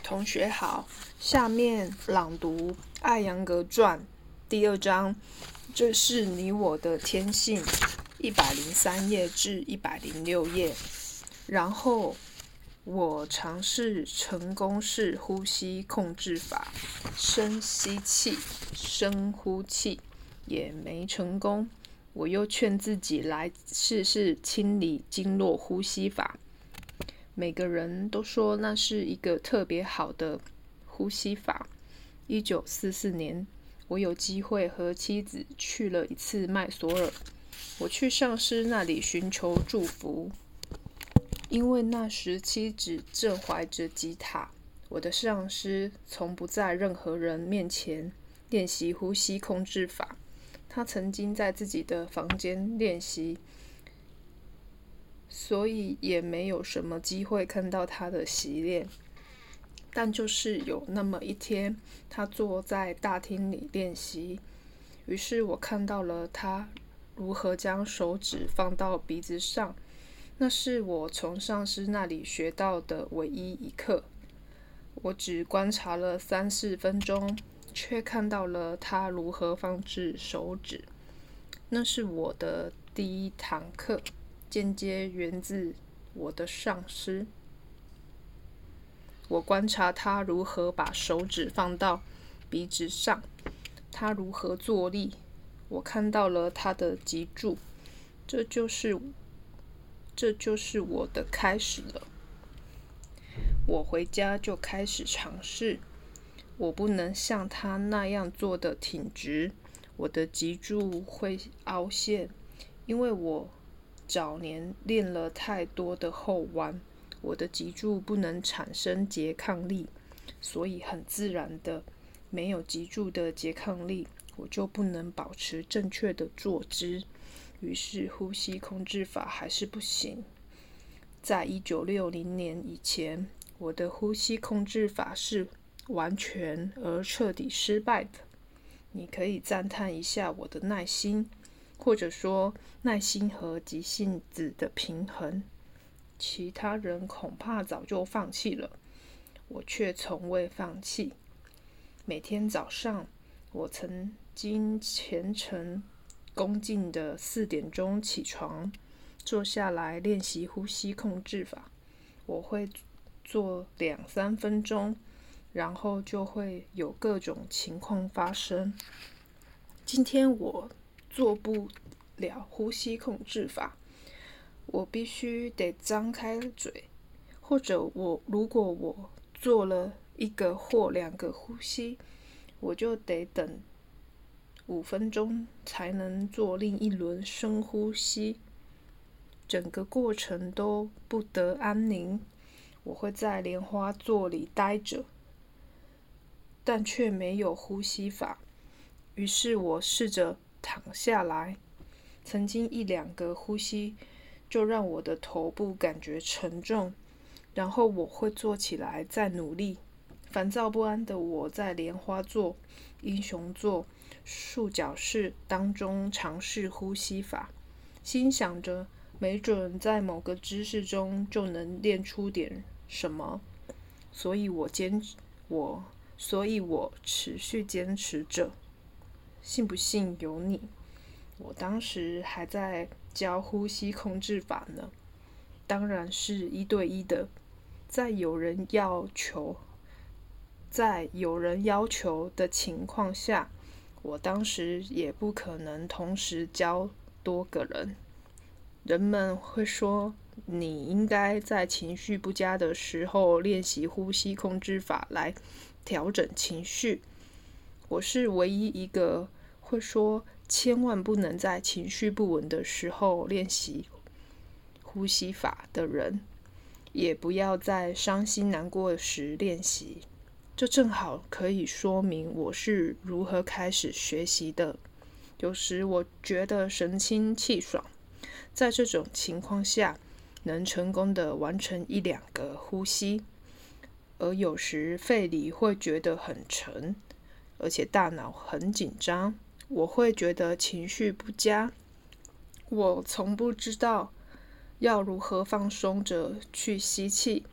同学好，下面朗读《艾扬格传》第2章，这是你我的天性，103页至106页。然后我尝试成功式呼吸控制法，深吸气，深呼气，也没成功。我又劝自己来试试清理经络呼吸法。每个人都说那是一个特别好的呼吸法。1944年，我有机会和妻子去了一次麦索尔。我去上师那里寻求祝福，因为那时妻子正怀着吉他。我的上师从不在任何人面前练习呼吸控制法，他曾经在自己的房间练习，所以也没有什么机会看到他的习练。但就是有那么一天，他坐在大厅里练习，于是我看到了他如何将手指放到鼻子上。那是我从上师那里学到的唯一一课。我只观察了3-4分钟，却看到了他如何放置手指。那是我的第一堂课，间接源自我的上师。我观察他如何把手指放到鼻子上，他如何坐立。我看到了他的脊柱，这就是我的开始了。我回家就开始尝试。我不能像他那样做得挺直，我的脊柱会凹陷，因为我早年练了太多的后弯，我的脊柱不能产生拮抗力，所以很自然的，没有脊柱的拮抗力，我就不能保持正确的坐姿，于是呼吸控制法还是不行。在1960年以前，我的呼吸控制法是完全而彻底失败的。你可以赞叹一下我的耐心，或者说耐心和急性子的平衡。其他人恐怕早就放弃了，我却从未放弃。每天早上，我曾经虔诚恭敬的4点钟起床，坐下来练习呼吸控制法。我会做2-3分钟，然后就会有各种情况发生。今天我做不了呼吸控制法，我必须得张开嘴，或者如果我做了1个或2个呼吸，我就得等5分钟才能做另一轮深呼吸。整个过程都不得安宁。我会在莲花座里待着，但却没有呼吸法。于是我试着躺下来，曾经1-2个呼吸就让我的头部感觉沉重，然后我会坐起来再努力。烦躁不安的我在莲花座、英雄座、束脚式当中尝试呼吸法，心想着没准在某个姿势中就能练出点什么，所以我持续坚持着。信不信由你。我当时还在教呼吸控制法呢，当然是1对1的。在有人要求的情况下，我当时也不可能同时教多个人。人们会说，你应该在情绪不佳的时候练习呼吸控制法来调整情绪。我是唯一一个会说千万不能在情绪不稳的时候练习呼吸法的人，也不要在伤心难过时练习。这正好可以说明我是如何开始学习的。有时我觉得神清气爽，在这种情况下能成功的完成1-2个呼吸，而有时肺里会觉得很沉，而且大脑很紧张，我会觉得情绪不佳。我从不知道要如何放松着去吸气，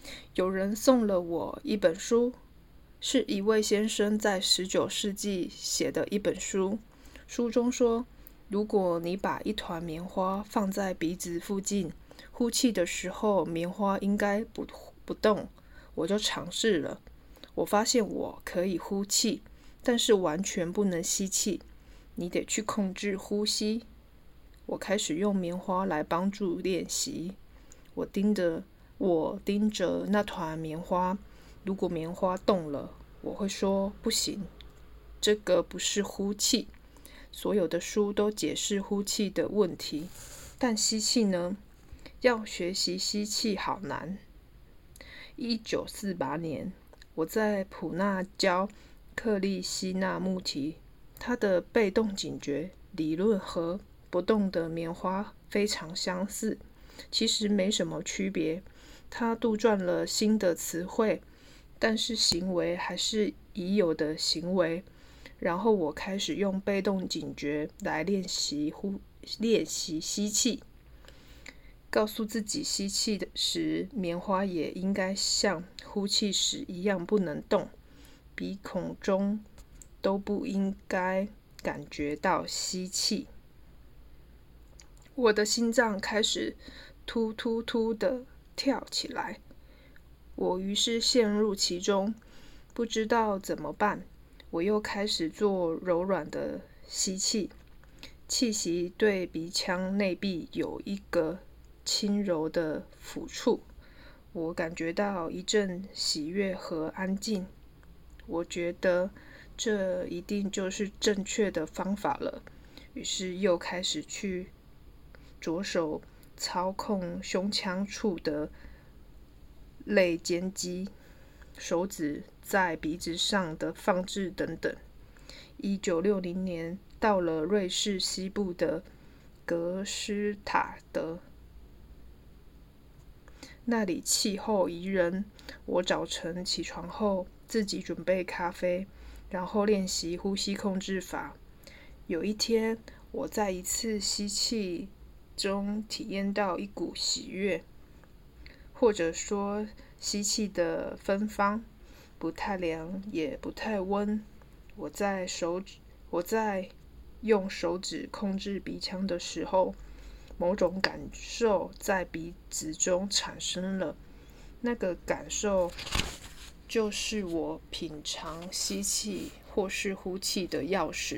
有人送了我一本书，是一位先生在19世纪写的一本书。书中说，如果你把一团棉花放在鼻子附近，呼气的时候棉花应该不动。我就尝试了，我发现我可以呼气，但是完全不能吸气。你得去控制呼吸。我开始用棉花来帮助练习。我盯着那团棉花，如果棉花动了，我会说不行，这个不是呼气。所有的书都解释呼气的问题，但吸气呢？要学习吸气好难。1948年，我在普纳教克利希纳穆提，他的被动警觉理论和不动的棉花非常相似，其实没什么区别。他杜撰了新的词汇，但是行为还是已有的行为。然后我开始用被动警觉来练习吸气，告诉自己吸气时棉花也应该像呼气时一样不能动，鼻孔中都不应该感觉到吸气。我的心脏开始突突突地跳起来，我于是陷入其中，不知道怎么办。我又开始做柔软的吸气，气息对鼻腔内壁有一个轻柔的抚触，我感觉到一阵喜悦和安静。我觉得这一定就是正确的方法了，于是又开始去着手操控胸腔处的肋间肌，手指在鼻子上的放置等等。1960年到了瑞士西部的格施塔德，那里气候宜人。我早晨起床后自己准备咖啡，然后练习呼吸控制法。有一天，我在一次吸气中体验到一股喜悦，或者说吸气的芬芳，不太凉也不太温。我在用手指控制鼻腔的时候，某种感受在鼻子中产生了。那个感受就是我品尝吸气或是呼气的钥匙。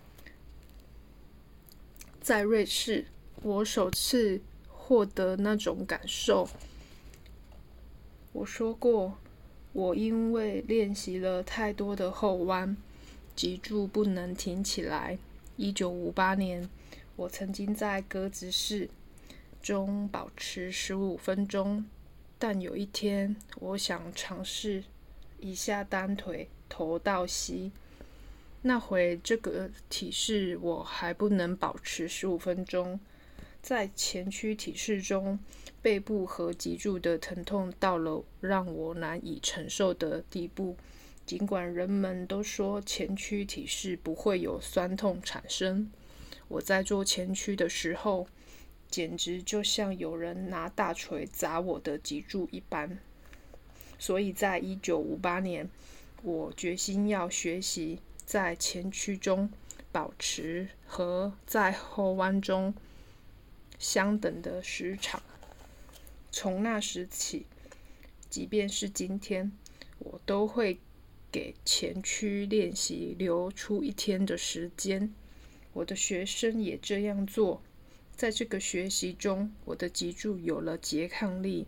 在瑞士，我首次获得那种感受。我说过，我因为练习了太多的后弯，脊柱不能挺起来。1958年，我曾经在鸽子式中保持15分钟，但有一天，我想尝试一下单腿头倒吸。那回这个体式我还不能保持15分钟。在前屈体式中，背部和脊柱的疼痛到了让我难以承受的地步。尽管人们都说前屈体式不会有酸痛产生，我在做前屈的时候，简直就像有人拿大锤砸我的脊柱一般。所以在1958年，我决心要学习在前屈中保持和在后弯中相等的时长。从那时起，即便是今天，我都会给前屈练习留出一天的时间。我的学生也这样做。在这个学习中，我的脊柱有了拮抗力。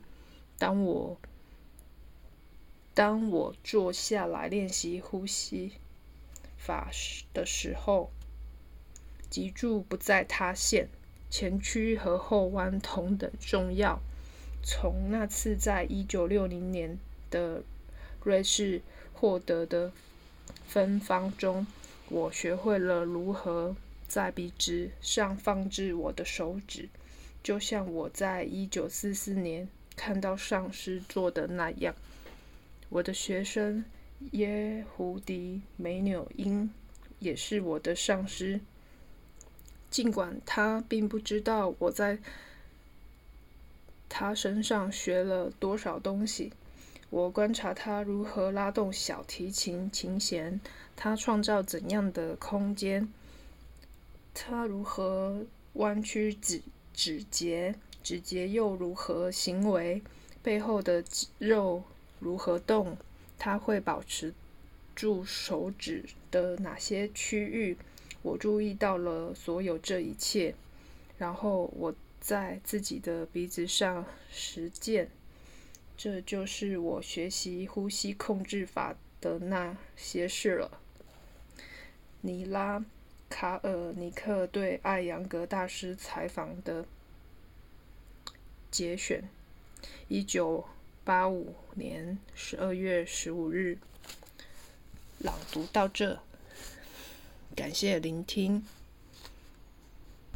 当我坐下来练习呼吸法的时候，脊柱不再塌陷，前屈和后弯同等重要。从那次在1960年的瑞士获得的芬芳中，我学会了如何在鼻子上放置我的手指，就像我在1944年看到上师做的那样。我的学生耶胡迪·梅纽因也是我的上师，尽管他并不知道我在他身上学了多少东西， 我观察他如何拉动小提琴琴弦，他创造怎样的空间，他如何弯曲指节，指节又如何行为，背后的肌肉如何动，他会保持住手指的哪些区域。我注意到了所有这一切，然后我在自己的鼻子上实践。这就是我学习呼吸控制法的那些事了。尼拉·卡尔尼克对艾扬格大师采访的节选，1985年12月15日。朗读到这，感谢聆听。